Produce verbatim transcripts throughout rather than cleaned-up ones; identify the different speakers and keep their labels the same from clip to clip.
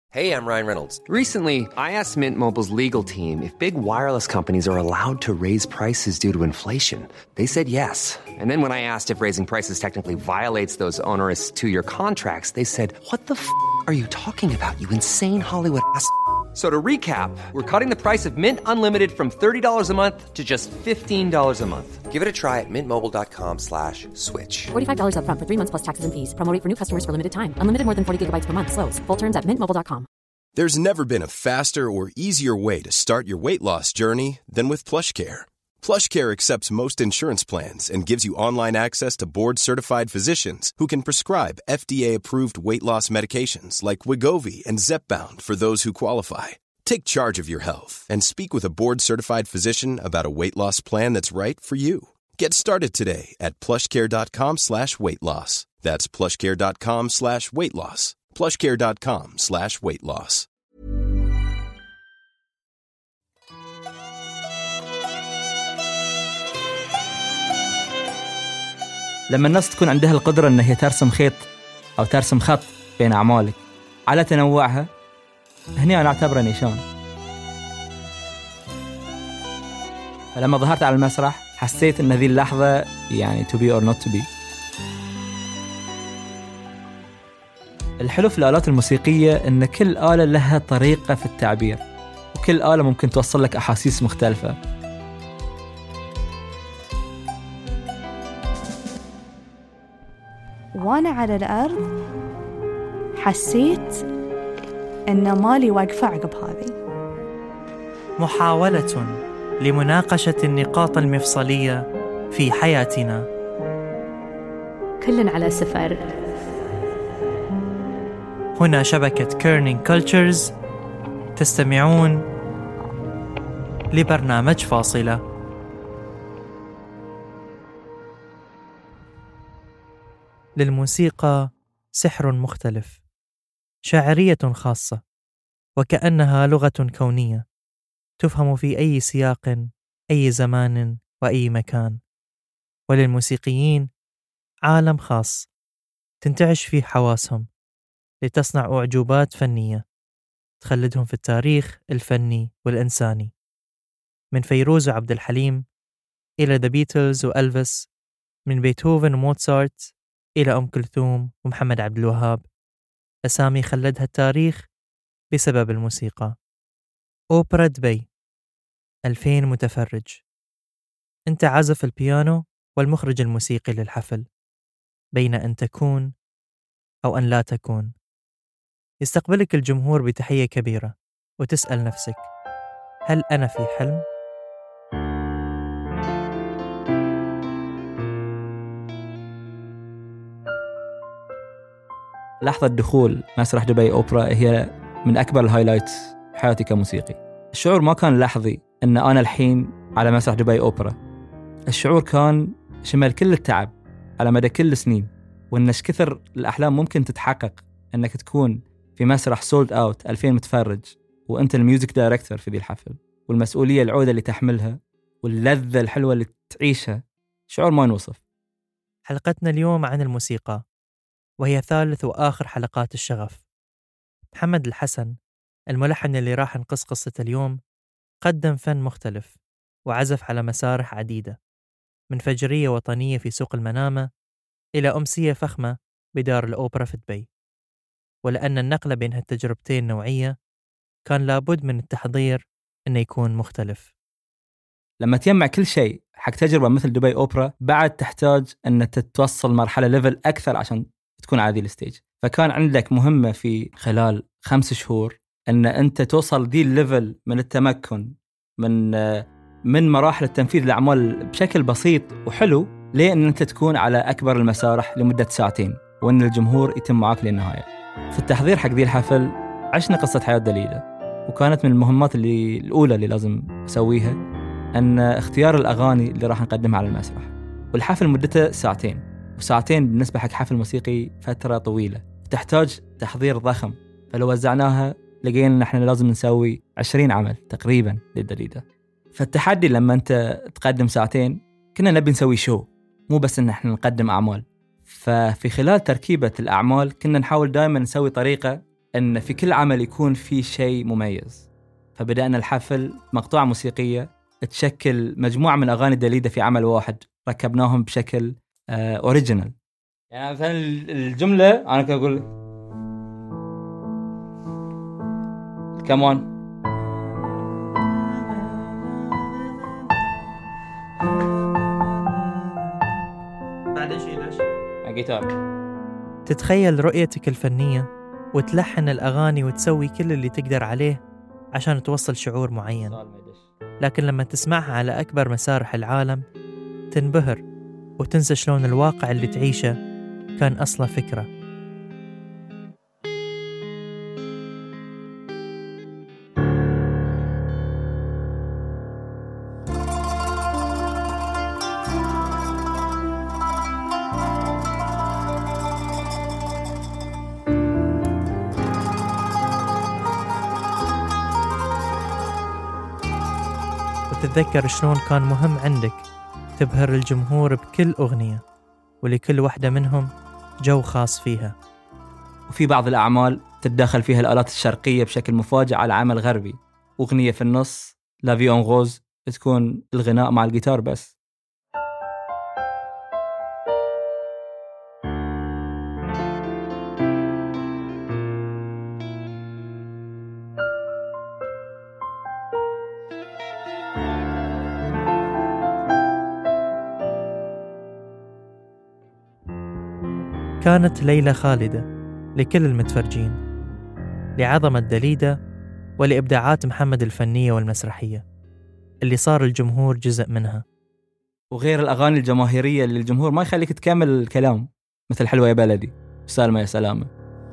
Speaker 1: Hey, I'm Ryan Reynolds.
Speaker 2: Recently, I asked Mint Mobile's legal team if big wireless companies are allowed to raise prices due to inflation. They said yes. And then when I asked if raising prices technically violates those onerous two-year contracts, they said, what the f*** are you talking about, you insane Hollywood ass f- So to recap, we're cutting the price of Mint Unlimited from thirty dollars a month to just fifteen dollars a month.
Speaker 1: Give it a try at mintmobile.com slash switch.
Speaker 3: forty-five dollars up front for three months plus taxes and fees. Promo rate for new customers for limited time. Unlimited more than forty gigabytes per month. Slows full terms at mint mobile dot com.
Speaker 4: There's never been a faster or easier way to start your weight loss journey than with PlushCare. PlushCare accepts most insurance plans and gives you online access to board-certified physicians who can prescribe F D A-approved weight loss medications like Wegovy and Zepbound for those who qualify. Take charge of your health and speak with a board-certified physician about a weight loss plan that's right for you. Get started today at plushcare.com slash weight loss. That's plushcare.com slash weight loss. plushcare.com slash weight loss.
Speaker 5: لما الناس تكون عندها القدرة أن هي ترسم خيط أو ترسم خط بين أعمالك على تنوعها، هنا أنا أعتبره نيشان. فلما ظهرت على المسرح حسيت أن هذه اللحظة يعني to be or not to be. الحلو في الآلات الموسيقية أن كل آلة لها طريقة في التعبير، وكل آلة ممكن توصل لك أحاسيس مختلفة.
Speaker 6: وأنا على الأرض حسيت أن مالي واقفة عقب هذه.
Speaker 7: محاولة لمناقشة النقاط المفصلية في حياتنا.
Speaker 8: كلن على سفر.
Speaker 7: هنا شبكة كيرنينج كولتشرز، تستمعون لبرنامج فاصلة. للموسيقى سحر مختلف، شاعرية خاصة، وكأنها لغة كونية تفهم في أي سياق، أي زمان وأي مكان. وللموسيقيين عالم خاص تنتعش فيه حواسهم لتصنع أعجوبات فنية تخلدهم في التاريخ الفني والإنساني. من فيروز وعبد الحليم إلى ذا بيتلز وألفيس، من بيتهوفن وموتسارت إلى أم كلثوم ومحمد عبد الوهاب، أسامي خلدها التاريخ بسبب الموسيقى. أوبرا دبي، ألفين متفرج. أنت عازف البيانو والمخرج الموسيقي للحفل، بين أن تكون أو أن لا تكون. يستقبلك الجمهور بتحية كبيرة وتسأل نفسك، هل أنا في حلم؟
Speaker 5: لحظة دخول مسرح دبي أوبرا هي من أكبر الهايلايتس حياتي كموسيقي. الشعور ما كان لحظي أن أنا الحين على مسرح دبي أوبرا، الشعور كان شمل كل التعب على مدى كل السنين، وإنش كثر الأحلام ممكن تتحقق أنك تكون في مسرح سولد أوت ألفين متفرج وأنت الميوزك دايركتور في ذي الحفل، والمسؤولية العودة اللي تحملها واللذة الحلوة اللي تعيشها، شعور ما ينوصف.
Speaker 7: حلقتنا اليوم عن الموسيقى، وهي ثالث وآخر حلقات الشغف. محمد الحسن الملحن اللي راح نقص قصة اليوم قدم فن مختلف وعزف على مسارح عديدة، من فجرية وطنية في سوق المنامة إلى أمسية فخمة بدار الأوبرا في دبي. ولأن النقلة بين هالتجربتين نوعية، كان لابد من التحضير أنه يكون مختلف.
Speaker 5: لما تجمع كل شيء حق تجربة مثل دبي أوبرا، بعد تحتاج أن تتوصل مرحلة ليفل أكثر عشان تكون على ذي الستيج. فكان عندك مهمة في خلال خمس شهور أن أنت توصل ذي الليفل من التمكن من من مراحل التنفيذ الأعمال بشكل بسيط وحلو، لأن أنت تكون على أكبر المسارح لمدة ساعتين، وأن الجمهور يتم معك للنهاية. في التحضير حق ذي الحفل عشنا قصة حياة دليلة، وكانت من المهمات اللي الأولى اللي لازم أسويها أن اختيار الأغاني اللي راح نقدمها على المسرح. والحفل مدته ساعتين، وساعتين بالنسبة حق حفل موسيقي فترة طويلة تحتاج تحضير ضخم. فلو وزعناها لقينا أن احنا لازم نسوي عشرين عمل تقريبا للدليلة. فالتحدي لما أنت تقدم ساعتين، كنا نبي نسوي شو، مو بس أن احنا نقدم أعمال. ففي خلال تركيبة الأعمال كنا نحاول دائما نسوي طريقة أن في كل عمل يكون في شيء مميز. فبدأنا الحفل مقطوعة موسيقية تشكل مجموعة من أغاني داليدا في عمل واحد، ركبناهم بشكل أوريجينال. يعني مثلا الجملة أنا كنت أقول كمان
Speaker 7: بعد شيء ليش
Speaker 5: جيتار.
Speaker 7: تتخيل رؤيتك الفنية وتلحن الأغاني وتسوي كل اللي تقدر عليه عشان توصل شعور معين، لكن لما تسمعها على أكبر مسارح العالم تنبهر وتنسى شلون الواقع اللي تعيشه كان أصله فكرة. وتتذكر شلون كان مهم عندك تبهر الجمهور بكل أغنية، ولكل واحدة منهم جو خاص فيها.
Speaker 5: وفي بعض الأعمال تتدخل فيها الآلات الشرقية بشكل مفاجئ على عمل غربي، أغنية في النص لا في أون غوز تكون الغناء مع الجيتار بس.
Speaker 7: كانت ليلة خالدة لكل المتفرجين، لعظمة داليدا ولإبداعات محمد الفنية والمسرحية اللي صار الجمهور جزء منها.
Speaker 5: وغير الأغاني الجماهيرية اللي الجمهور ما يخليك تكمل الكلام، مثل حلوة يا بلدي وسالمة يا سلامة.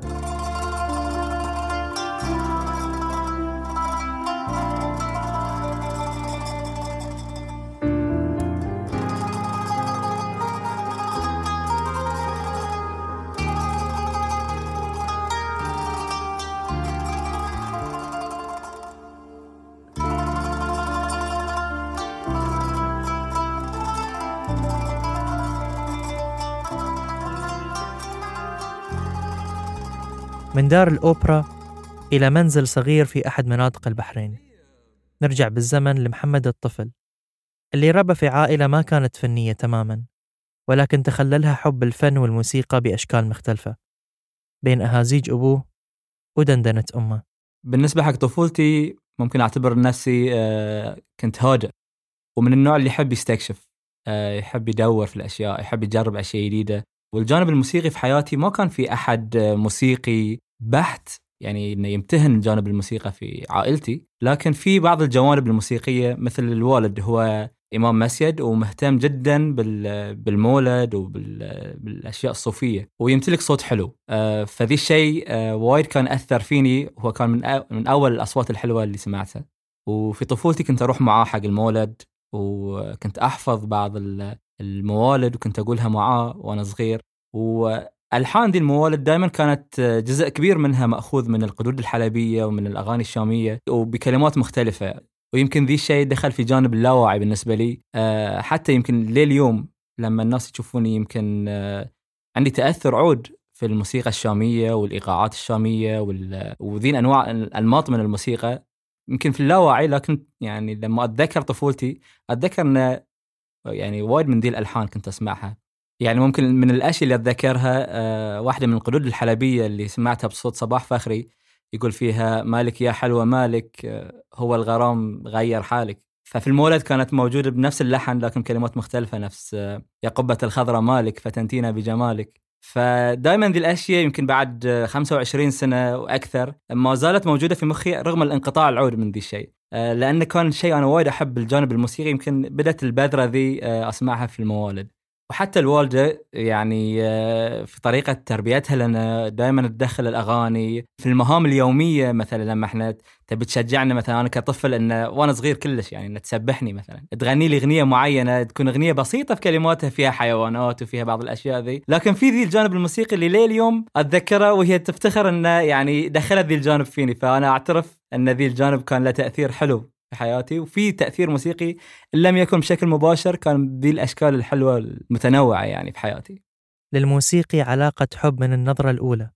Speaker 7: من دار الأوبرا إلى منزل صغير في أحد مناطق البحرين، نرجع بالزمن لمحمد الطفل اللي ربى في عائلة ما كانت فنية تماماً، ولكن تخللها حب الفن والموسيقى بأشكال مختلفة بين أهازيج أبوه ودندنة أمه.
Speaker 5: بالنسبة حق طفولتي ممكن أعتبر نفسي كنت هادئ، ومن النوع اللي يحب يستكشف، يحب يدور في الأشياء، يحب يجرب أشياء جديدة. والجانب الموسيقي في حياتي ما كان في أحد موسيقي بحت يعني إنه يمتهن جانب الموسيقى في عائلتي، لكن في بعض الجوانب الموسيقية مثل الوالد هو إمام مسجد ومهتم جدا بالمولد وبالأشياء الصوفية ويمتلك صوت حلو. فذي الشيء وايد كان أثر فيني، هو كان من من أول الأصوات الحلوة اللي سمعتها. وفي طفولتي كنت أروح معاه حق المولد، وكنت أحفظ بعض الموالد وكنت أقولها معاه وأنا صغير. والحان دي الموالد دائما كانت جزء كبير منها مأخوذ من القدود الحلبية ومن الأغاني الشامية وبكلمات مختلفة. ويمكن ذي الشيء دخل في جانب اللاواعي بالنسبة لي، حتى يمكن لليوم لما الناس يشوفوني يمكن عندي تأثر عود في الموسيقى الشامية والإيقاعات الشامية وذين أنواع أنماط من الموسيقى يمكن في اللاواعي. لكن يعني لما أتذكر طفولتي أتذكر أن يعني وايد من ذي الألحان كنت أسمعها. يعني ممكن من الأشياء اللي أتذكرها أه واحدة من القدود الحلبية اللي سمعتها بصوت صباح فخري يقول فيها مالك يا حلوة مالك، أه هو الغرام غير حالك. ففي المولد كانت موجودة بنفس اللحن لكن كلمات مختلفة، نفس أه يا قبة الخضرة مالك فتنتينا بجمالك. فدائما ذي الأشياء يمكن بعد خمسة وعشرين سنة وأكثر ما زالت موجودة في مخي رغم الانقطاع العود من ذي الشيء، أه لأنه كان شيء أنا وايد أحب الجانب الموسيقي. يمكن بدأت البذرة ذي أه أسمعها في الموالد. وحتى الوالدة يعني في طريقة تربيتها لنا دائما تدخل الأغاني في المهام اليومية. مثلا لما احنا تبي تشجعنا مثلا أنا كطفل إن وأنا صغير كلش يعني إن تسبحني مثلا تغني لي أغنية معينة تكون أغنية بسيطة في كلماتها فيها حيوانات وفيها بعض الأشياء ذي، لكن في ذي الجانب الموسيقي اللي ليه اليوم أتذكره وهي تفتخر إن يعني دخلت ذي الجانب فيني. فأنا أعترف أن ذي الجانب كان له تأثير حلو في حياتي، وفي تأثير موسيقي لم يكن بشكل مباشر كان ذي الأشكال الحلوة المتنوعة يعني في حياتي.
Speaker 7: للموسيقى علاقة حب من النظرة الأولى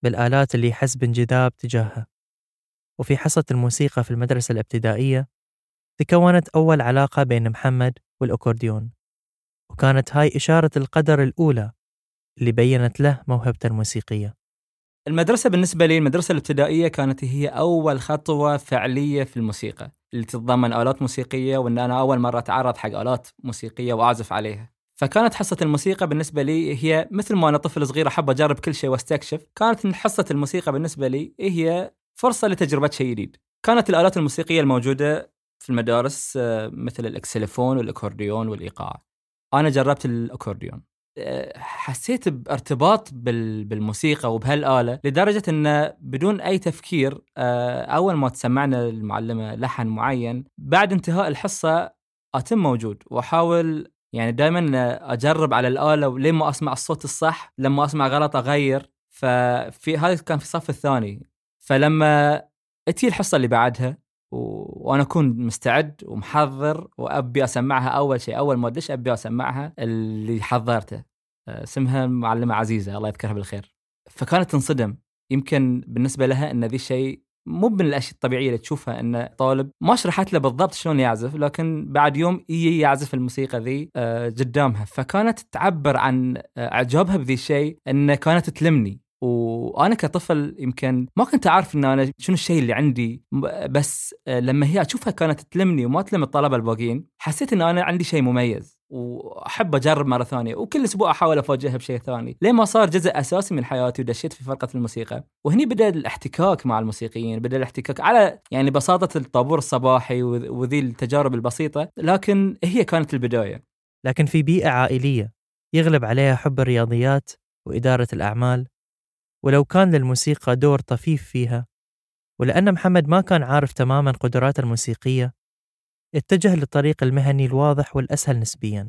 Speaker 7: بالآلات اللي يحس بانجذاب تجاهها. وفي حصة الموسيقى في المدرسة الابتدائية تكونت أول علاقة بين محمد والأكورديون، وكانت هاي إشارة القدر الأولى اللي بيّنت له موهبته الموسيقية.
Speaker 5: المدرسة بالنسبة لي، المدرسة الابتدائية كانت هي أول خطوة فعلية في الموسيقى اللي تتضمن آلات موسيقية، وإن أنا أول مرة أتعرض حق آلات موسيقية وأعزف عليها. فكانت حصة الموسيقى بالنسبة لي هي مثل ما أنا طفل صغير أحب أجرب كل شيء واستكشف، كانت حصة الموسيقى بالنسبة لي هي فرصة لتجربة شيء جديد. كانت الآلات الموسيقية الموجودة في المدارس مثل الإكسليفون والأكورديون والإيقاع. أنا جربت الأكورديون، حسيت بارتباط بالموسيقى وبهالآلة لدرجة أن بدون أي تفكير أول ما تسمعنا المعلمة لحن معين بعد انتهاء الحصة أتم موجود وأحاول يعني دائما أجرب على الآلة ولين ما أسمع الصوت الصح، لما أسمع غلط أغير. ففي هذا كان في الصف الثاني، فلما أتي الحصة اللي بعدها وأنا أكون مستعد ومحضر وأبي أسمعها أول شيء، أول ما أدش أبي أسمعها اللي حضرته، اسمها معلمة عزيزة الله يذكرها بالخير. فكانت تنصدم، يمكن بالنسبة لها أن ذي الشيء مو من الأشياء الطبيعية اللي تشوفها، أن طالب ما شرحت له بالضبط شلون يعزف، لكن بعد يوم يجي يعزف الموسيقى ذي قدامها. فكانت تعبر عن إعجابها بذي الشيء، أن كانت تلمني. وأنا كطفل يمكن ما كنت أعرف إن أنا شنو الشيء اللي عندي، بس لما هي أشوفها كانت تلمني وما تلم الطلبة الباقيين، حسيت إن أنا عندي شيء مميز وأحب أجرب مرة ثانية، وكل أسبوع أحاول أفاجئها بشيء ثاني، ليه ما صار جزء أساسي من حياتي ودشيت في فرقة الموسيقى. وهني بدأ الاحتكاك مع الموسيقيين، بدأ الاحتكاك على يعني بساطة الطابور الصباحي وذي التجارب البسيطة، لكن هي كانت البداية.
Speaker 7: لكن في بيئة عائلية يغلب عليها حب الرياضيات وإدارة الأعمال، ولو كان للموسيقى دور طفيف فيها، ولأن محمد ما كان عارف تماماً قدراته الموسيقية، اتجه للطريق المهني الواضح والأسهل نسبياً.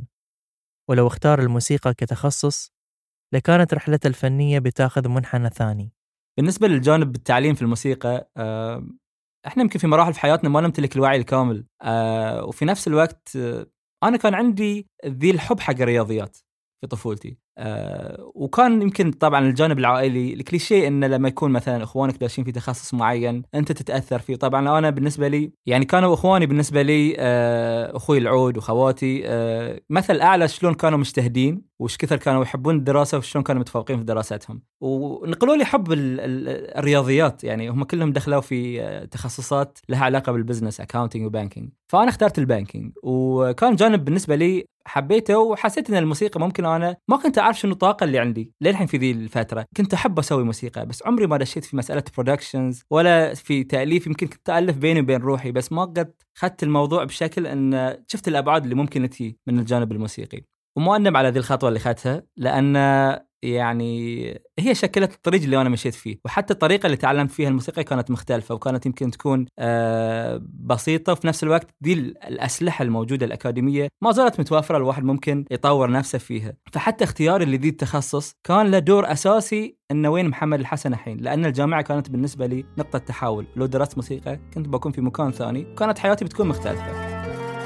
Speaker 7: ولو اختار الموسيقى كتخصص لكانت رحلته الفنية بتاخذ منحنى ثاني.
Speaker 5: بالنسبة للجانب التعليم في الموسيقى، آه، احنا يمكن في مراحل في حياتنا ما نمتلك الوعي الكامل، آه، وفي نفس الوقت آه، أنا كان عندي ذي الحب حق الرياضيات في طفولتي، أه وكان يمكن طبعا الجانب العائلي الكليشيه إن لما يكون مثلا إخوانك داشين في تخصص معين أنت تتأثر فيه. طبعا أنا بالنسبة لي يعني كانوا إخواني بالنسبة لي أه أخوي العود وخواتي أه مثل أعلى شلون كانوا مجتهدين وش كثر كانوا يحبون الدراسة وشلون كانوا متفوقين في دراستهم، ونقلوا لي حب ال ال الرياضيات. يعني هم كلهم دخلوا في تخصصات لها علاقة بالبزنس، أكاونتينج وبانكينج، فأنا اخترت البانكينج، وكان جانب بالنسبة لي حبيته، وحسيت ان الموسيقى ممكن انا ما كنت اعرف شنو الطاقه اللي عندي للحين في ذي الفتره. كنت احب اسوي موسيقى بس عمري ما دشيت في مساله برودكشنز ولا في تاليف. يمكن كنت الف بيني وبين روحي بس ما قد خدت الموضوع بشكل ان شفت الابعاد اللي ممكن تجي من الجانب الموسيقي. وما أندم على ذي الخطوه اللي خدتها، لان يعني هي شكلت الطريق اللي أنا مشيت فيه، وحتى الطريقة اللي تعلمت فيها الموسيقى كانت مختلفة، وكانت يمكن تكون بسيطة، وفي نفس الوقت دي الأسلحة الموجودة الأكاديمية ما زالت متوفرة، الواحد ممكن يطور نفسه فيها. فحتى اختياري اللي ذي التخصص كان له دور أساسي إنه وين محمد الحسن الحين، لأن الجامعة كانت بالنسبة لي نقطة تحول. لو درست موسيقى كنت بكون في مكان ثاني، وكانت حياتي بتكون مختلفة.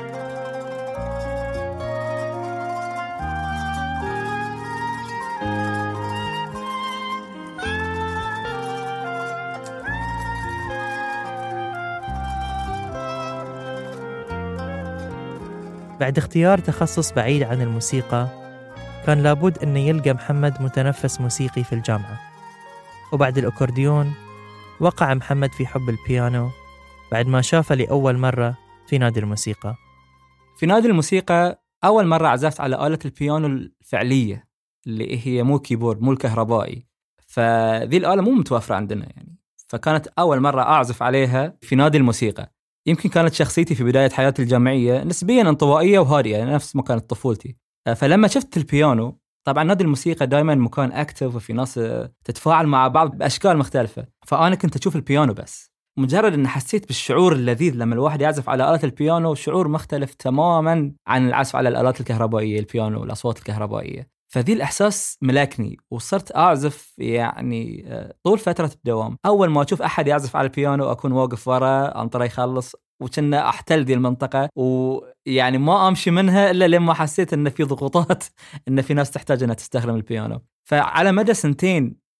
Speaker 7: بعد اختيار تخصص بعيد عن الموسيقى كان لابد أن يلقى محمد متنفس موسيقي في الجامعة. وبعد الأكورديون وقع محمد في حب البيانو بعد ما شافه لأول مرة في نادي الموسيقى.
Speaker 5: في نادي الموسيقى أول مرة عزفت على آلة البيانو الفعلية اللي هي مو كيبورد، مو الكهربائي، فذي الآلة مو متوفرة عندنا يعني. فكانت أول مرة أعزف عليها في نادي الموسيقى. يمكن كانت شخصيتي في بداية حياتي الجامعية نسبياً انطوائية وهادئة نفس ما كانت طفولتي، فلما شفت البيانو، طبعاً نادي الموسيقى دائماً مكان أكتف وفي ناس تتفاعل مع بعض بأشكال مختلفة، فأنا كنت أشوف البيانو بس. مجرد أن حسيت بالشعور اللذيذ لما الواحد يعزف على آلة البيانو، شعور مختلف تماماً عن العزف على الآلات الكهربائية، البيانو والأصوات الكهربائية. فذي الإحساس ملاكني وصرت أعزف يعني طول فترة الدوام. أول ما أشوف أحد يعزف على البيانو أكون واقف ورا أنطره يخلص، وكنا أحتل ذي المنطقة، ويعني ما أمشي منها إلا لما حسيت إن في ضغوطات إن في ناس تحتاج إنها تستخدم البيانو. فعلى مدى سنتين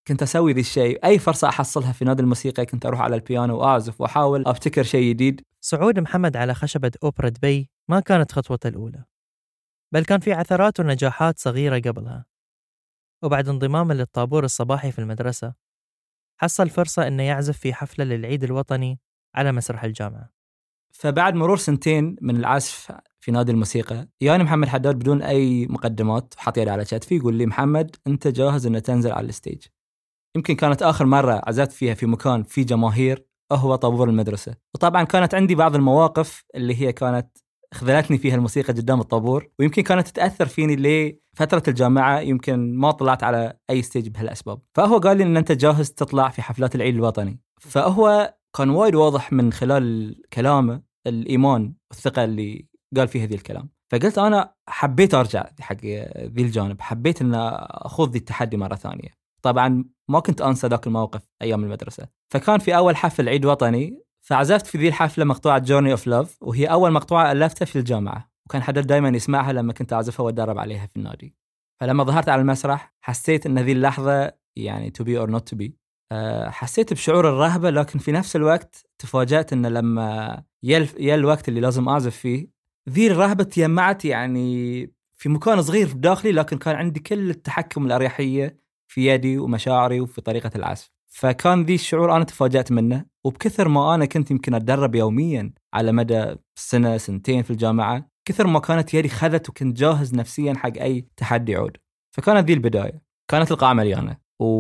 Speaker 5: كنت أسوي ذي الشيء. أي فرصة أحصلها في نادي الموسيقى كنت أروح على البيانو وأعزف وأحاول أبتكر شيء جديد.
Speaker 7: صعود محمد على خشبة أوبرا دبي ما كانت خطوته الأولى، بل كان في عثرات ونجاحات صغيرة قبلها. وبعد انضمامه للطابور الصباحي في المدرسة حصل فرصة إنه يعزف في حفلة للعيد الوطني على مسرح الجامعة.
Speaker 5: فبعد مرور سنتين من العزف في نادي الموسيقى يعني محمد حداد بدون أي مقدمات حط يدي على كتفي يقول لي محمد أنت جاهز إنه تنزل على الستيج. يمكن كانت آخر مرة عزفت فيها في مكان في جماهير هو طابور المدرسة، وطبعا كانت عندي بعض المواقف اللي هي كانت خذلتني فيها الموسيقى قدام الطابور، ويمكن كانت تتأثر فيني لفترة الجامعة يمكن ما طلعت على أي ستيج بهالأسباب. فهو قال لي إن أنت جاهز تطلع في حفلات العيد الوطني. فهو كان وايد واضح من خلال كلامه الإيمان والثقة اللي قال فيه هذه الكلام. فقلت أنا حبيت أرجع حق ذي الجانب، حبيت أن أخوض ذي التحدي مرة ثانية. طبعا ما كنت أنسى ذاك الموقف أيام المدرسة. فكان في أول حفل عيد وطني فعزفت في ذي الحفلة مقطوعة Journey of Love، وهي أول مقطوعة ألفتها في الجامعة، وكان حداد دايما يسمعها لما كنت أعزفها وأدرب عليها في النادي. فلما ظهرت على المسرح حسيت أن ذي اللحظة يعني to be or not to be. أه حسيت بشعور الرهبة، لكن في نفس الوقت تفاجأت أن لما يل, يل الوقت اللي لازم أعزف فيه ذي الرهبة تجمعت يعني في مكان صغير في داخلي، لكن كان عندي كل التحكم الأريحية في يدي ومشاعري وفي طريقة العزف. فكان ذي الشعور أنا تفاجأت منه، وبكثر ما أنا كنت يمكن أتدرب يوميا على مدى سنة سنتين في الجامعة، كثر ما كانت يدي خذت وكنت جاهز نفسيا حق أي تحدي عود. فكانت ذي البداية. كانت القاعة مليانة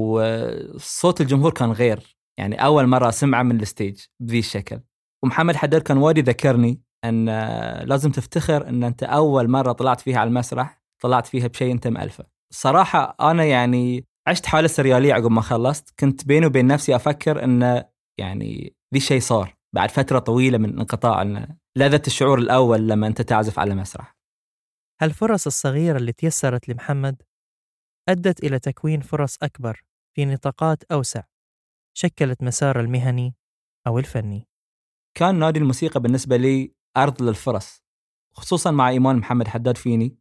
Speaker 5: وصوت الجمهور كان غير، يعني أول مرة سمعه من الستيج بذي الشكل. ومحمد حداد كان وايد ذكرني أن لازم تفتخر أن أنت أول مرة طلعت فيها على المسرح طلعت فيها بشيء أنت مألفه. صراحة أنا يعني عشت حالة سريالية عقب ما خلصت، كنت بيني وبين نفسي أفكر أن يعني ذي شيء صار بعد فترة طويلة من انقطاع لذة الشعور الأول لما أنت تعزف على مسرح.
Speaker 7: هالفرص الصغيرة اللي تيسرت لمحمد أدت إلى تكوين فرص أكبر في نطاقات أوسع شكلت مسار المهني أو الفني.
Speaker 5: كان نادي الموسيقى بالنسبة لي أرض للفرص، خصوصا مع إيمان محمد حداد فيني.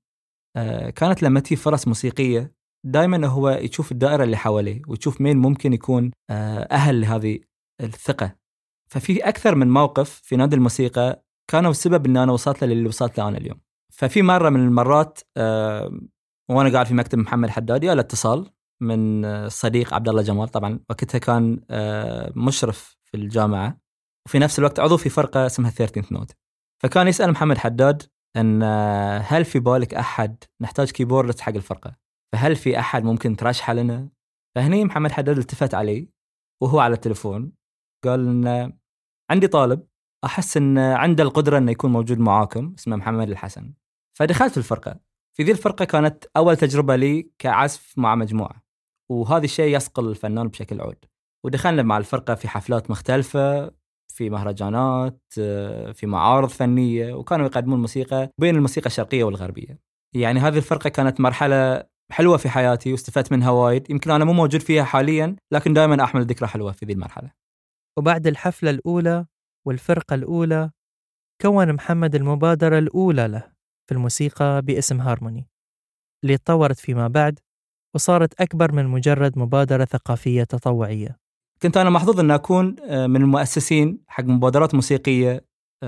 Speaker 5: آه كانت لما تي فرص موسيقية دائما هو يشوف الدائرة اللي حواليه ويشوف مين ممكن يكون آه أهل لهذه الثقة. ففي أكثر من موقف في نادي الموسيقى كانوا السبب أن أنا وصلت له اللي وصلت له أنا اليوم. ففي مرة من المرات آه وأنا قاعد في مكتب محمد حداد على اتصال من الصديق عبد الله جمال، طبعا وقتها كان آه مشرف في الجامعة وفي نفس الوقت عضو في فرقة اسمها ثيرتينث نوت. فكان يسأل محمد حداد أن هل في بالك أحد نحتاج كيبوردست حق الفرقة، فهل في أحد ممكن ترشحه لنا؟ فهني محمد حداد التفت علي وهو على التليفون قال أن عندي طالب أحس أن عنده القدرة أنه يكون موجود معاكم اسمه محمد الحسن. فدخلت الفرقة. في ذي الفرقة كانت أول تجربة لي كعزف مع مجموعة، وهذا الشيء يصقل الفنان بشكل عود. ودخلنا مع الفرقة في حفلات مختلفة، في مهرجانات، في معارض فنية، وكانوا يقدمون موسيقى بين الموسيقى الشرقية والغربية. يعني هذه الفرقة كانت مرحلة حلوة في حياتي واستفدت منها وايد. يمكن أنا مو موجود فيها حاليا، لكن دائما أحمل ذكرى حلوة في ذي المرحلة.
Speaker 7: وبعد الحفلة الأولى والفرقة الأولى كون محمد المبادرة الأولى له في الموسيقى باسم هارموني، اللي تطورت فيما بعد وصارت أكبر من مجرد مبادرة ثقافية تطوعية.
Speaker 5: كنت أنا محظوظ أن أكون من المؤسسين حق مبادرات موسيقية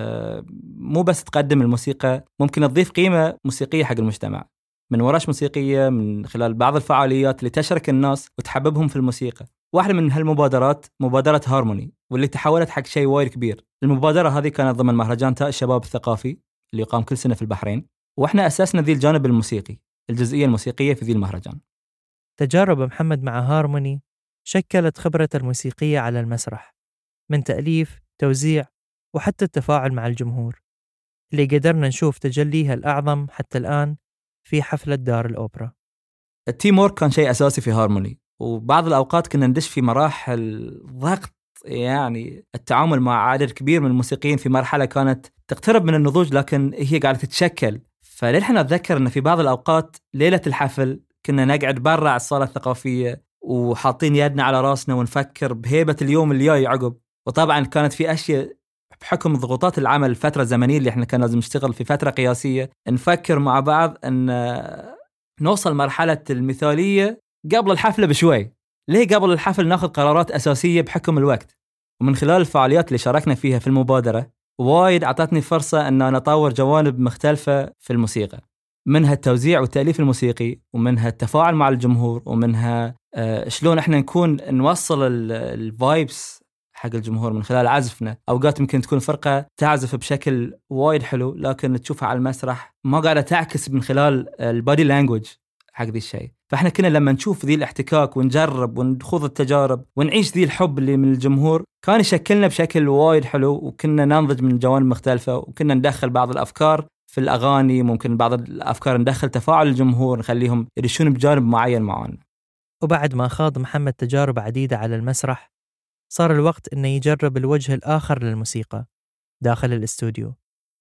Speaker 5: مو بس تقدم الموسيقى، ممكن تضيف قيمة موسيقية حق المجتمع من ورش موسيقية من خلال بعض الفعاليات اللي تشارك الناس وتحببهم في الموسيقى. واحدة من هالمبادرات مبادرة هارموني، واللي تحولت حق شيء وايد كبير. المبادرة هذه كانت ضمن مهرجان تاء الشباب الثقافي اللي يقام كل سنة في البحرين، وإحنا أسسنا ذي الجانب الموسيقي، الجزئية الموسيقية في ذي المهرجان.
Speaker 7: تجارب محمد مع هارموني شكلت خبرته الموسيقية على المسرح، من تأليف، توزيع، وحتى التفاعل مع الجمهور، اللي قدرنا نشوف تجليها الأعظم حتى الآن في حفلة دار الأوبرا.
Speaker 5: التيم وورك كان شيء أساسي في هارموني، وبعض الأوقات كنا ندش في مراحل ضغط، يعني التعامل مع عدد كبير من الموسيقيين في مرحلة كانت تقترب من النضوج لكن هي قاعدة تتشكل. فللحين أتذكر أن في بعض الأوقات ليلة الحفل كنا نقعد برا الصالة الثقافية وحاطين يدنا على راسنا ونفكر بهيبة اليوم اللي جاي عقب. وطبعا كانت في أشياء بحكم ضغوطات العمل الفترة الزمنية اللي احنا كان لازم نشتغل في فترة قياسية، نفكر مع بعض أن نوصل مرحلة المثالية قبل الحفلة بشوي، ليه قبل الحفل ناخذ قرارات أساسية بحكم الوقت. ومن خلال الفعاليات اللي شاركنا فيها في المبادرة وايد أعطتني فرصة أن أنا أطور جوانب مختلفة في الموسيقى، منها التوزيع والتأليف الموسيقي، ومنها التفاعل مع الجمهور، ومنها آه شلون احنا نكون نوصل الفايبس حق الجمهور من خلال عزفنا. أوقات ممكن تكون فرقة تعزف بشكل وايد حلو لكن تشوفها على المسرح ما قاعدة تعكس من خلال البادي لانجوج حق ذي الشيء. فاحنا كنا لما نشوف ذي الاحتكاك ونجرب ونخوض التجارب ونعيش ذي الحب اللي من الجمهور كان يشكلنا بشكل وايد حلو، وكنا ننضج من جوانب مختلفة، وكنا ندخل بعض الأفكار في الأغاني، ممكن بعض الأفكار ندخل تفاعل الجمهور نخليهم يرشون بجانب معين معانا.
Speaker 7: وبعد ما خاض محمد تجارب عديدة على المسرح صار الوقت إنه يجرب الوجه الآخر للموسيقى داخل الاستوديو،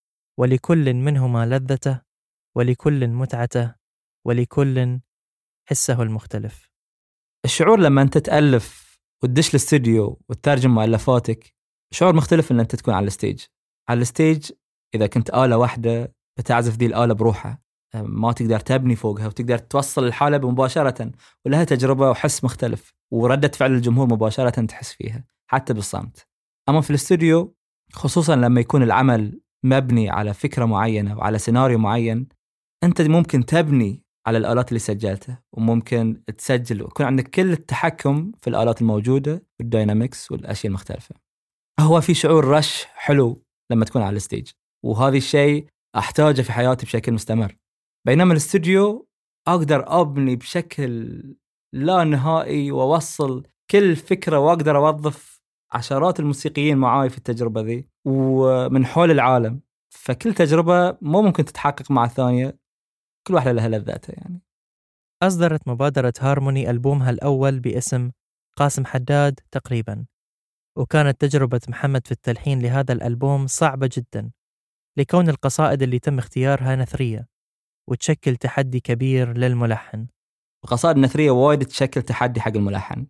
Speaker 7: ولكل منهما لذته، ولكل متعته، ولكل حسه المختلف.
Speaker 5: الشعور لما أنت تألف وتدش الاستوديو وتترجم مؤلفاتك شعور مختلف إن أنت تكون على الستيج. على الستيج إذا كنت آلة واحدة بتعزف دي الآلة بروحها، ما تقدر تبني فوقها وتقدر توصل الحالة مباشرة، ولها تجربة وحس مختلف، وردة فعل الجمهور مباشرة تحس فيها حتى بالصمت. أما في الاستوديو خصوصا لما يكون العمل مبني على فكرة معينة وعلى سيناريو معين، أنت ممكن تبني على الآلات اللي سجلتها، وممكن تسجل ويكون عندك كل التحكم في الآلات الموجودة والداينامكس والأشياء المختلفة. هو في شعور رش حلو لما تكون على الستيج، وهذا الشيء أحتاجه في حياتي بشكل مستمر. بينما الاستوديو أقدر أبني بشكل لا نهائي وأوصل كل فكرة، وأقدر أوظف عشرات الموسيقيين معاي في التجربة ذي ومن حول العالم، فكل تجربة مو ممكن تتحقق مع الثانية، كل واحدة لها لذاتها. يعني
Speaker 7: أصدرت مبادرة هارموني ألبومها الأول باسم قاسم حداد تقريبا، وكانت تجربة محمد في التلحين لهذا الألبوم صعبة جدا لكون القصائد اللي تم اختيارها نثرية وتشكل تحدي كبير للملحن.
Speaker 5: القصائد النثرية وايد تشكل تحدي حق الملحن،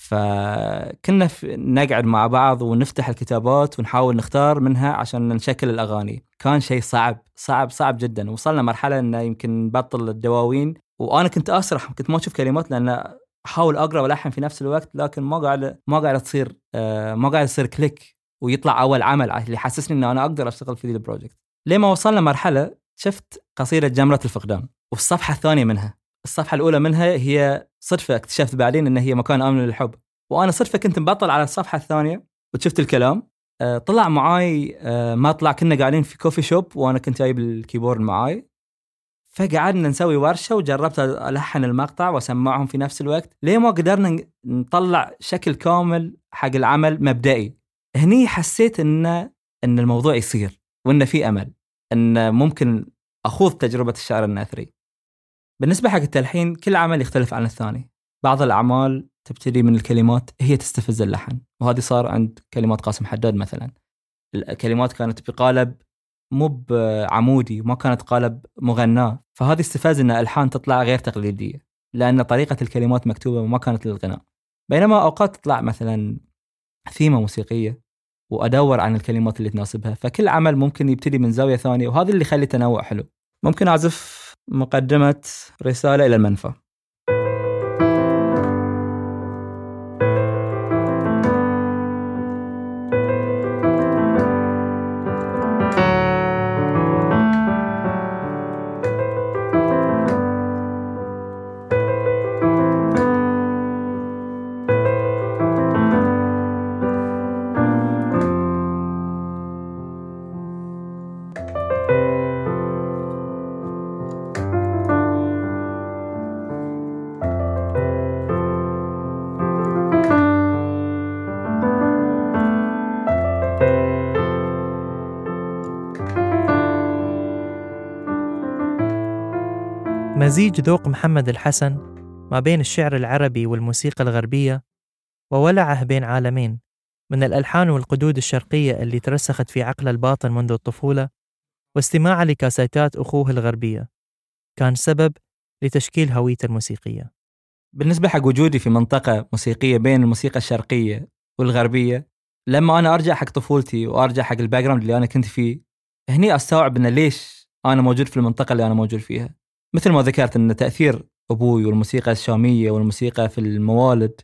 Speaker 5: فكنا نقعد مع بعض ونفتح الكتابات ونحاول نختار منها عشان نشكل الأغاني. كان شيء صعب صعب صعب جدا، وصلنا مرحلة إنه يمكن نبطل الدواوين، وأنا كنت أسرح، كنت ما أشوف كلمات لأن أحاول أقرأ ولحن في نفس الوقت، لكن ما قاعد ما قاعد تصير ما قاعد يصير كليك ويطلع أول عمل اللي يحسسني إن أنا أقدر أشتغل في ذي البروجكت. لما وصلنا مرحلة شفت قصيدة جمرة الفقدان، والصفحة الثانية منها، الصفحة الأولى منها هي صدفة اكتشفت بعدين إن هي مكان آمن للحب، وأنا صدفة كنت مبطل على الصفحة الثانية وشفت الكلام طلع معاي ما طلع، كنا قاعدين في كوفي شوب وأنا كنت جايب الكيبورد معاي، فقعدنا نسوي ورشة وجربت ألحن المقطع وسمعهم في نفس الوقت. ليه ما قدرنا نطلع شكل كامل حق العمل مبدئي؟ هني حسيت إن إن الموضوع يصير، وإن في أمل إن ممكن أخوض تجربة الشعر النثري. بالنسبة حق التلحين كل عمل يختلف عن الثاني. بعض الأعمال تبتدي من الكلمات هي تستفز اللحن، وهذه صار عند كلمات قاسم حداد مثلا. الكلمات كانت بقالب مو بعمودي، ما كانت قالب مغنى، فهذه استفاز إن ألحان تطلع غير تقليدية لأن طريقة الكلمات مكتوبة وما كانت للغناء. بينما أوقات تطلع مثلا ثيمة موسيقية وأدور عن الكلمات اللي تناسبها، فكل عمل ممكن يبتدي من زاوية ثانية، وهذا اللي يخلي تنوع حلو. ممكن أعزف مقدمة رسالة إلى المنفى.
Speaker 7: مزيج ذوق محمد الحسن ما بين الشعر العربي والموسيقى الغربية، وولعه بين عالمين من الألحان والقدود الشرقية اللي ترسخت في عقل الباطن منذ الطفولة، واستماعه لكاسيتات أخوه الغربية كان سبب لتشكيل هويته الموسيقية.
Speaker 5: بالنسبة حق وجودي في منطقة موسيقية بين الموسيقى الشرقية والغربية، لما أنا أرجع حق طفولتي وأرجع حق الباك جراوند اللي أنا كنت فيه، هني أستوعب إن ليش أنا موجود في المنطقة اللي أنا موجود فيها. مثل ما ذكرت إن تأثير أبوي والموسيقى الشامية والموسيقى في الموالد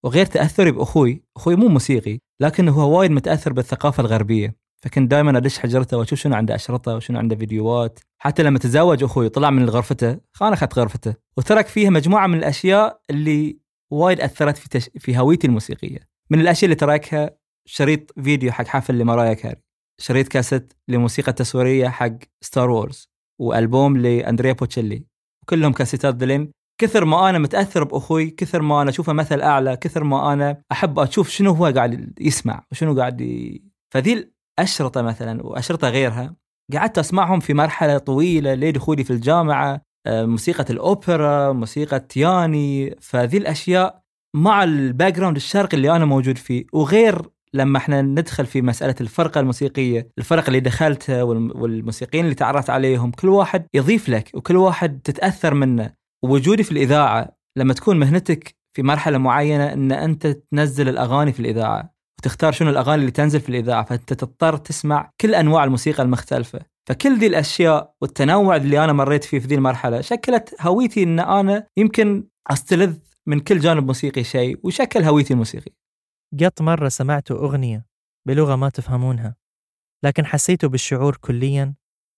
Speaker 5: وغير تأثري بأخوي. أخوي مو موسيقي لكن هو وايد متأثر بالثقافة الغربية، فكنت دائما أدش حجرته وأشوف شنو عنده أشرطة وشنو عنده فيديوهات. حتى لما تزوج أخوي طلع من غرفته، خان أخذت غرفته وترك فيها مجموعة من الأشياء اللي وايد أثرت في, تش... في هويتي الموسيقية. من الأشياء اللي تركها شريط فيديو حق حفل لمرايا كاري، شريط كاسيت لموسيقى تصويرية حق ستار وورز، وألبوم لأندريا بوتشيلي، وكلهم كاسيتات ذلين. كثر ما أنا متأثر بأخوي، كثر ما أنا أشوفه مثل أعلى، كثر ما أنا أحب أشوف شنو هو قاعد يسمع وشنو قاعد ي... فذي الأشرطة مثلا وأشرطة غيرها قعدت أسمعهم في مرحلة طويلة لدخولي في الجامعة. موسيقى الأوبرا، موسيقى تياني، فذي الأشياء مع الباك جراوند الشرقي اللي أنا موجود فيه. وغير لما احنا ندخل في مسألة الفرقة الموسيقية، الفرق اللي دخلتها والموسيقيين اللي تعرفت عليهم، كل واحد يضيف لك وكل واحد تتأثر منه. ووجودي في الإذاعة لما تكون مهنتك في مرحلة معينة أن أنت تنزل الأغاني في الإذاعة وتختار شنو الأغاني اللي تنزل في الإذاعة، فأنت تضطر تسمع كل أنواع الموسيقى المختلفة. فكل ذي الأشياء والتنوع اللي أنا مريت فيه في ذي المرحلة شكلت هويتي، أن أنا يمكن أستلذ من كل جانب موسيقي شيء، وشكل هويتي الموسيقي.
Speaker 7: قط مرة سمعتوا أغنية بلغة ما تفهمونها لكن حسيتوا بالشعور كلياً؟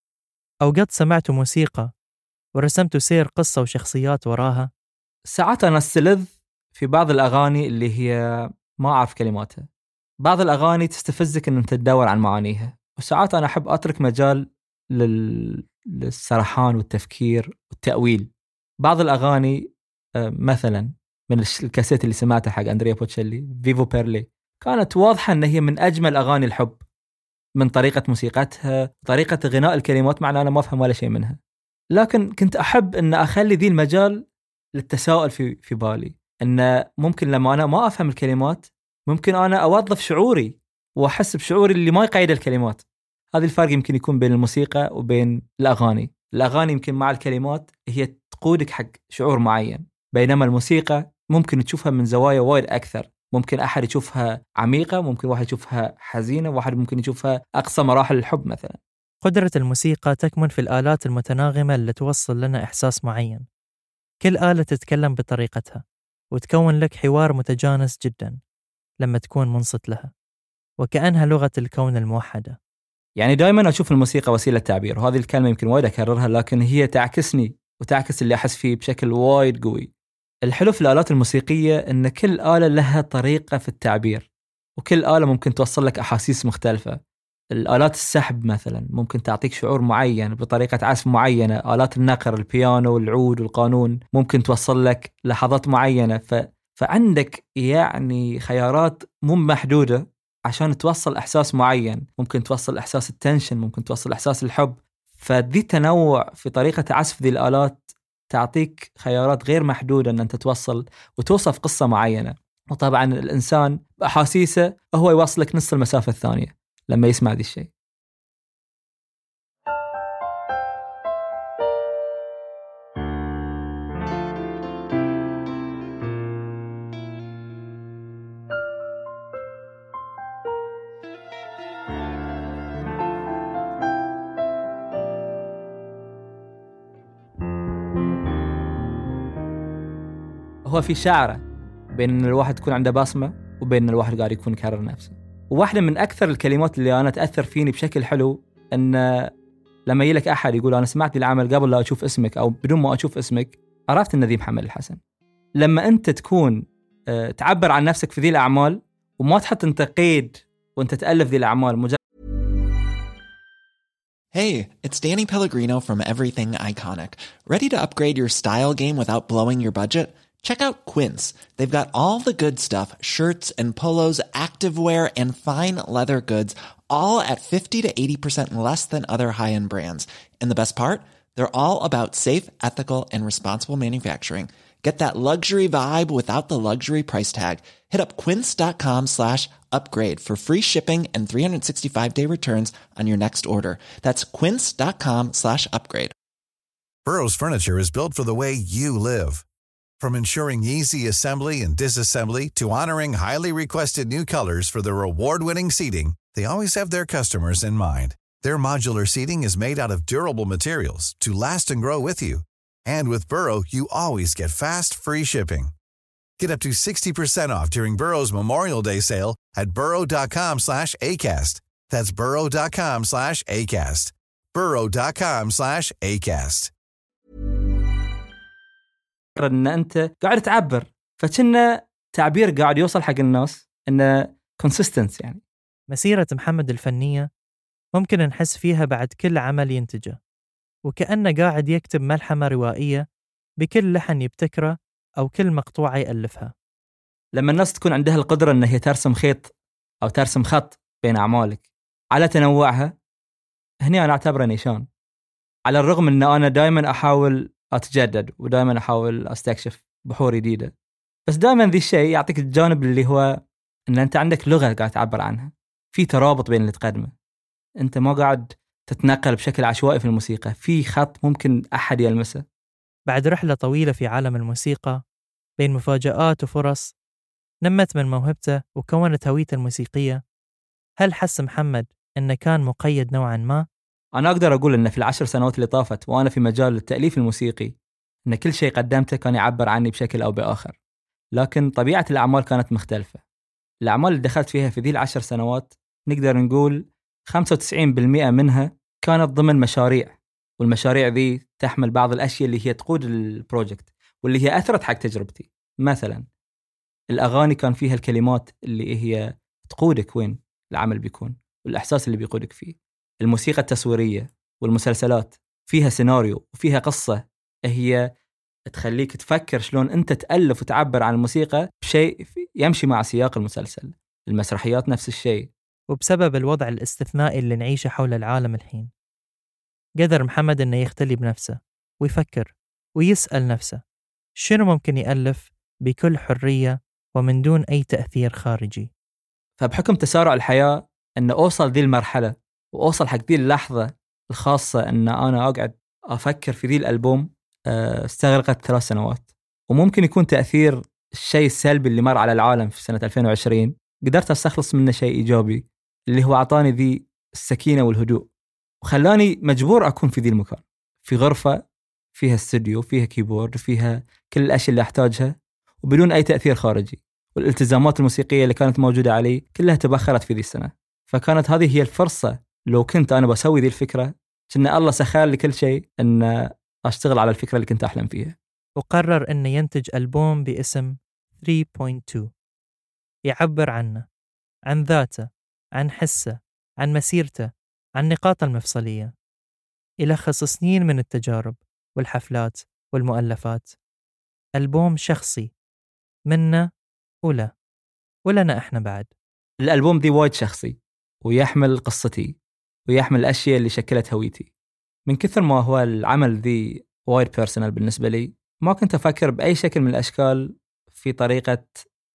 Speaker 7: أو قط سمعتوا موسيقى ورسمتوا سير قصة وشخصيات وراها؟
Speaker 5: ساعات أنا استلذ في بعض الأغاني اللي هي ما أعرف كلماتها. بعض الأغاني تستفزك أن أنت تدور عن معانيها، وساعات أنا أحب أترك مجال لل... للسرحان والتفكير والتأويل. بعض الأغاني مثلا من الكاسيت اللي سمعتها حق أندريا بوتشيلي، فيفو بيرلي، كانت واضحة أن هي من أجمل أغاني الحب من طريقة موسيقتها، طريقة غناء الكلمات، معنى أنا ما أفهم ولا شيء منها. لكن كنت أحب أن أخلي ذي المجال للتساؤل في في بالي، أن ممكن لما أنا ما أفهم الكلمات ممكن أنا أوظف شعوري وأحس بشعوري اللي ما يقيد الكلمات. هذا الفرق يمكن يكون بين الموسيقى وبين الأغاني. الأغاني يمكن مع الكلمات هي تقودك حق شعور معين، بينما الموسيقى ممكن تشوفها من زوايا وايد أكثر. ممكن أحد يشوفها عميقة، ممكن واحد يشوفها حزينة، واحد ممكن يشوفها أقصى مراحل الحب مثلا.
Speaker 7: قدرة الموسيقى تكمن في الآلات المتناغمة اللي توصل لنا إحساس معين. كل آلة تتكلم بطريقتها وتكون لك حوار متجانس جدا لما تكون منصت لها، وكأنها لغة الكون الموحدة.
Speaker 5: يعني دائما أشوف الموسيقى وسيلة تعبير، وهذه الكلمة يمكن وايد أكررها لكن هي تعكسني وتعكس اللي أحس فيه بشكل وايد قوي. الحلو في الآلات الموسيقية أن كل آلة لها طريقة في التعبير، وكل آلة ممكن توصل لك أحاسيس مختلفة. الآلات السحب مثلا ممكن تعطيك شعور معين بطريقة عزف معينة. آلات النقر، البيانو والعود والقانون، ممكن توصل لك لحظات معينة. ف... فعندك يعني خيارات مو محدودة عشان توصل إحساس معين. ممكن توصل إحساس التنشن، ممكن توصل إحساس الحب. فذي تنوع في طريقة عزف ذي الآلات تعطيك خيارات غير محدودة أن أنت توصل وتوصف قصة معينة. وطبعا الإنسان بأحاسيسه هو يوصلك نص المسافة الثانية لما يسمع ذي الشيء. هو في شعره بين أن الواحد يكون عنده بصمة وبين أن الواحد قاعد يكون يكرر نفسه. وواحدة من أكثر الكلمات اللي أنا تأثر فيني بشكل حلو أن لما يلك أحد يقول أنا سمعت العمل قبل لا أشوف اسمك أو بدون ما أشوف اسمك، عرفت أن ذي محمد الحسن. لما أنت تكون تعبر عن نفسك في ذي الأعمال وما تحط أنت قيد وأنت تألف ذي الأعمال مجرد.
Speaker 9: Hey, it's Danny Pellegrino from Everything Iconic. Ready to upgrade your style game without blowing your budget? Check out Quince. They've got all the good stuff, shirts and polos, activewear, and fine leather goods, all at fifty to eighty percent less than other high-end brands. And the best part? They're all about safe, ethical, and responsible manufacturing. Get that luxury vibe without the luxury price tag. Hit up quince.com slash upgrade for free shipping and three sixty-five day returns on your next order. That's quince.com slash upgrade.
Speaker 10: Burrow's furniture is built for the way you live. From ensuring easy assembly and disassembly to honoring highly requested new colors for their award-winning seating, they always have their customers in mind. Their modular seating is made out of durable materials to last and grow with you. And with Burrow, you always get fast, free shipping. Get up to sixty percent off during Burrow's Memorial Day sale at burrow.com slash ACAST. That's burrow.com slash ACAST. burrow.com slash ACAST.
Speaker 5: ان انت قاعد تعبر، فكنا تعبير قاعد يوصل حق الناس انه كونسيستنس. يعني
Speaker 7: مسيرة محمد الفنية ممكن نحس فيها بعد كل عمل ينتجه، وكأنه قاعد يكتب ملحمة روائية بكل لحن يبتكره أو كل مقطوعة يألفها.
Speaker 5: لما الناس تكون عندها القدرة أن هي ترسم خيط أو ترسم خط بين أعمالك على تنوعها، هنا أنا أعتبره نيشان. على الرغم أن أنا دائما أحاول أتجدد ودائما أحاول أستكشف بحور جديدة، بس دائما ذي الشيء يعطيك الجانب اللي هو أن أنت عندك لغة قاعد تعبر عنها، في ترابط بين اللي تقدمه، أنت ما قاعد تتنقل بشكل عشوائي في الموسيقى، في خط ممكن أحد يلمسه.
Speaker 7: بعد رحلة طويلة في عالم الموسيقى بين مفاجآت وفرص، نمت من موهبته وكونت هويته الموسيقية، هل حس محمد أنه كان مقيد نوعا ما؟
Speaker 5: أنا أقدر أقول أن في العشر سنوات اللي طافت وأنا في مجال التأليف الموسيقي، أن كل شيء قدمته كان يعبر عني بشكل أو بآخر، لكن طبيعة الأعمال كانت مختلفة. الأعمال اللي دخلت فيها في ذي العشر سنوات نقدر نقول خمسة وتسعين بالمئة منها كانت ضمن مشاريع، والمشاريع ذي تحمل بعض الأشياء اللي هي تقود البروجكت واللي هي أثرت حق تجربتي. مثلا الأغاني كان فيها الكلمات اللي هي تقودك وين العمل بيكون والإحساس اللي بيقودك فيه. الموسيقى التصويرية والمسلسلات فيها سيناريو وفيها قصة هي تخليك تفكر شلون أنت تألف وتعبر عن الموسيقى بشيء يمشي مع سياق المسلسل. المسرحيات نفس الشيء.
Speaker 7: وبسبب الوضع الاستثنائي اللي نعيشه حول العالم الحين، قدر محمد أنه يختلي بنفسه ويفكر ويسأل نفسه شنو ممكن يألف بكل حرية ومن دون أي تأثير خارجي.
Speaker 5: فبحكم تسارع الحياة أن أوصل ذي المرحلة وأوصل حق ذي اللحظة الخاصة أن أنا أقعد أفكر في ذي الألبوم استغرقت ثلاث سنوات. وممكن يكون تأثير الشيء السلبي اللي مر على العالم في سنة ألفين وعشرين قدرت أستخلص منه شيء إيجابي اللي هو أعطاني ذي السكينة والهدوء، وخلاني مجبور أكون في ذي المكان، في غرفة فيها استوديو، فيها كيبورد، فيها كل الأشياء اللي أحتاجها وبدون أي تأثير خارجي. والالتزامات الموسيقية اللي كانت موجودة علي كلها تبخرت في ذي السنة. فكانت هذه هي الفرصة، لو كنت أنا بسوي ذي الفكرة كأن الله سخر لي كل شيء أن أشتغل على الفكرة اللي كنت أحلم فيها.
Speaker 7: وقرر أن ينتج ألبوم باسم ثري بوينت تو يعبر عنه، عن ذاته، عن حسه، عن مسيرته، عن نقاطه المفصلية. يلخص سنين من التجارب والحفلات والمؤلفات. ألبوم شخصي منا ولا ولنا إحنا بعد.
Speaker 5: الألبوم دي وايد شخصي ويحمل قصتي ويحمل الأشياء اللي شكلت هويتي. من كثر ما هو العمل ذي وايد بيرسونال بالنسبة لي، ما كنت أفكر بأي شكل من الأشكال في طريقة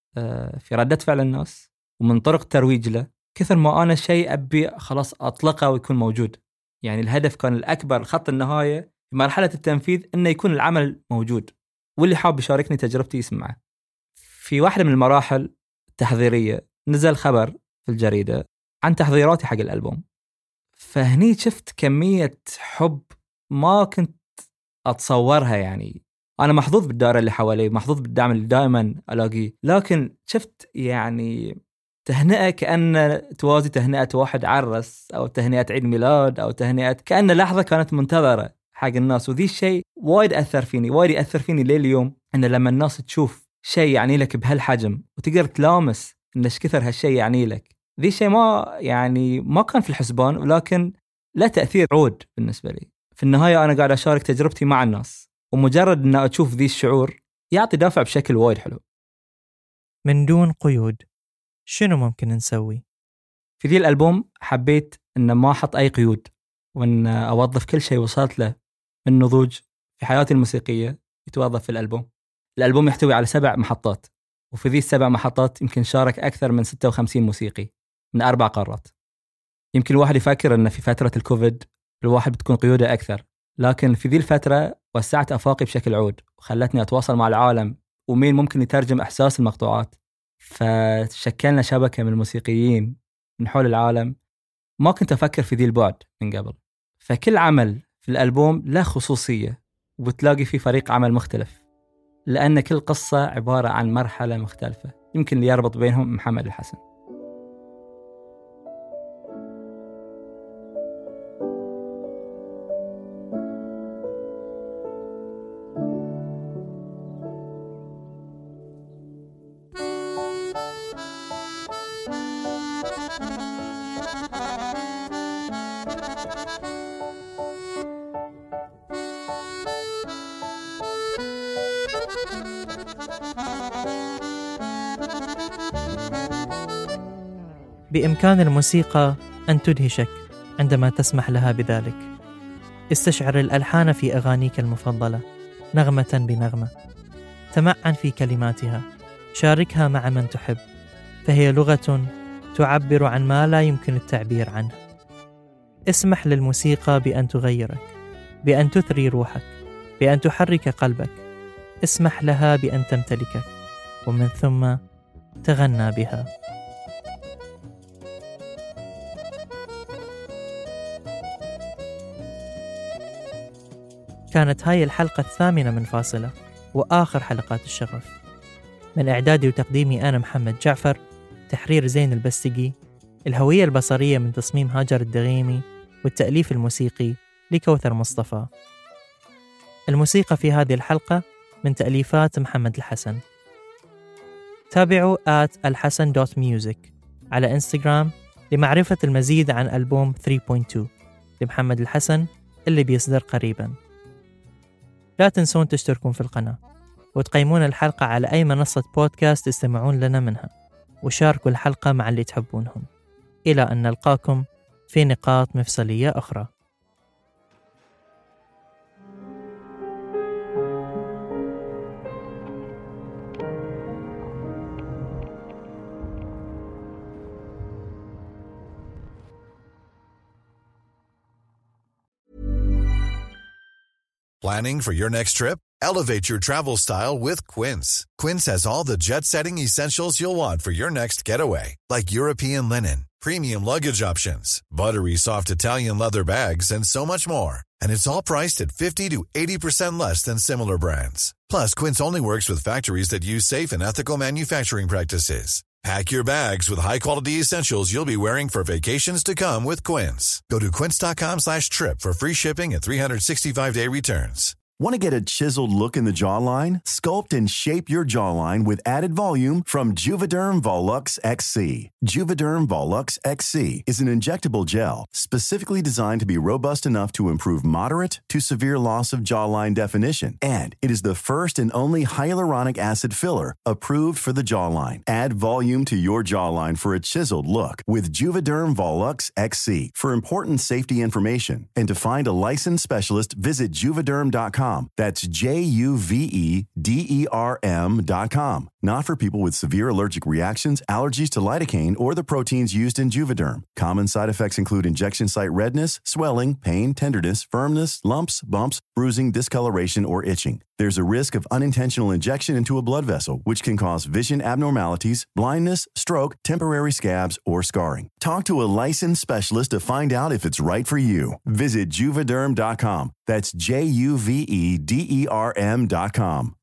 Speaker 5: في ردة فعل الناس ومن طرق ترويج له، كثر ما أنا شيء أبي خلاص أطلقه ويكون موجود. يعني الهدف كان الأكبر، خط النهاية في مرحلة التنفيذ إنه يكون العمل موجود واللي حاب يشاركني تجربتي يسمعه. في واحدة من المراحل التحضيرية نزل خبر في الجريدة عن تحضيراتي حق الألبوم، فهني شفت كمية حب ما كنت أتصورها. يعني أنا محظوظ بالدائرة اللي حوالي، محظوظ بالدعم اللي دائما ألاقيه، لكن شفت يعني تهنئة كأن توازي تهنئة واحد عرس أو تهنئة عيد ميلاد أو تهنئة كأن لحظة كانت منتظرة حق الناس. وذي الشيء وايد أثر فيني، وايد يأثر فيني ليه اليوم، أن لما الناس تشوف شيء يعني لك بهالحجم وتقدر تلامس إن إيش كثر هالشيء يعني لك، ذي الشيء ما يعني ما كان في الحسبان، ولكن لا تأثير عود بالنسبة لي. في النهاية أنا قاعد أشارك تجربتي مع الناس، ومجرد أن أشوف ذي الشعور يعطي دافع بشكل وايد حلو.
Speaker 7: من دون قيود، شنو ممكن نسوي؟
Speaker 5: في ذي الألبوم حبيت أن ما أحط أي قيود، وأن أوظف كل شيء وصلت له من نضوج في حياتي الموسيقية يتوظف في الألبوم. الألبوم يحتوي على سبع محطات، وفي ذي السبع محطات يمكن شارك أكثر من ستة وخمسين موسيقي من أربع قارات. يمكن الواحد يفكر أن في فترة الكوفيد الواحد بتكون قيودة أكثر، لكن في ذي الفترة وسعت أفاقي بشكل عود وخلتني أتواصل مع العالم ومين ممكن يترجم إحساس المقطوعات. فشكلنا شبكة من الموسيقيين من حول العالم ما كنت أفكر في ذي البعد من قبل. فكل عمل في الألبوم له خصوصية، وبتلاقي فيه فريق عمل مختلف لأن كل قصة عبارة عن مرحلة مختلفة، يمكن اللي يربط بينهم محمد الحسن.
Speaker 7: بإمكان الموسيقى أن تدهشك عندما تسمح لها بذلك. استشعر الألحان في أغانيك المفضلة نغمة بنغمة، تمعن في كلماتها، شاركها مع من تحب، فهي لغة تعبر عن ما لا يمكن التعبير عنه. اسمح للموسيقى بأن تغيرك، بأن تثري روحك، بأن تحرك قلبك. اسمح لها بأن تمتلكك، ومن ثم تغنى بها. كانت هاي الحلقة الثامنة من فاصلة، وآخر حلقات الشغف. من إعدادي وتقديمي أنا محمد جعفر، تحرير زين البستقي، الهوية البصرية من تصميم هاجر الدغيمي، والتأليف الموسيقي لكوثر مصطفى. الموسيقى في هذه الحلقة من تأليفات محمد الحسن. تابعوا آت الحسن دوت ميوزك على إنستغرام لمعرفة المزيد عن ألبوم ثري بوينت تو لمحمد الحسن اللي بيصدر قريباً. لا تنسون تشتركون في القناة وتقيمون الحلقة على أي منصة بودكاست تستمعون لنا منها، وشاركوا الحلقة مع اللي تحبونهم. إلى أن نلقاكم في نقاط مفصلية أخرى.
Speaker 10: Planning for your next trip? Elevate your travel style with Quince. Quince has all the jet-setting essentials you'll want for your next getaway, like European linen, premium luggage options, buttery soft Italian leather bags, and so much more. And it's all priced at fifty to eighty percent less than similar brands. Plus, Quince only works with factories that use safe and ethical manufacturing practices. Pack your bags with high-quality essentials you'll be wearing for vacations to come with Quince. Go to quince.com slash trip for free shipping and three sixty-five day returns.
Speaker 11: Want to get a chiseled look in the jawline? Sculpt and shape your jawline with added volume from Juvederm Volux X C. Juvederm Volux X C is an injectable gel specifically designed to be robust enough to improve moderate to severe loss of jawline definition. And it is the first and only hyaluronic acid filler approved for the jawline. Add volume to your jawline for a chiseled look with Juvederm Volux X C. For important safety information and to find a licensed specialist, visit juvederm dot com. That's J U V E D E R M dot com. Not for people with severe allergic reactions, allergies to lidocaine, or the proteins used in Juvederm. Common side effects include injection site redness, swelling, pain, tenderness, firmness, lumps, bumps, bruising, discoloration, or itching. There's a risk of unintentional injection into a blood vessel, which can cause vision abnormalities, blindness, stroke, temporary scabs, or scarring. Talk to a licensed specialist to find out if it's right for you. Visit juvederm dot com. That's J U V E D E R M dot com.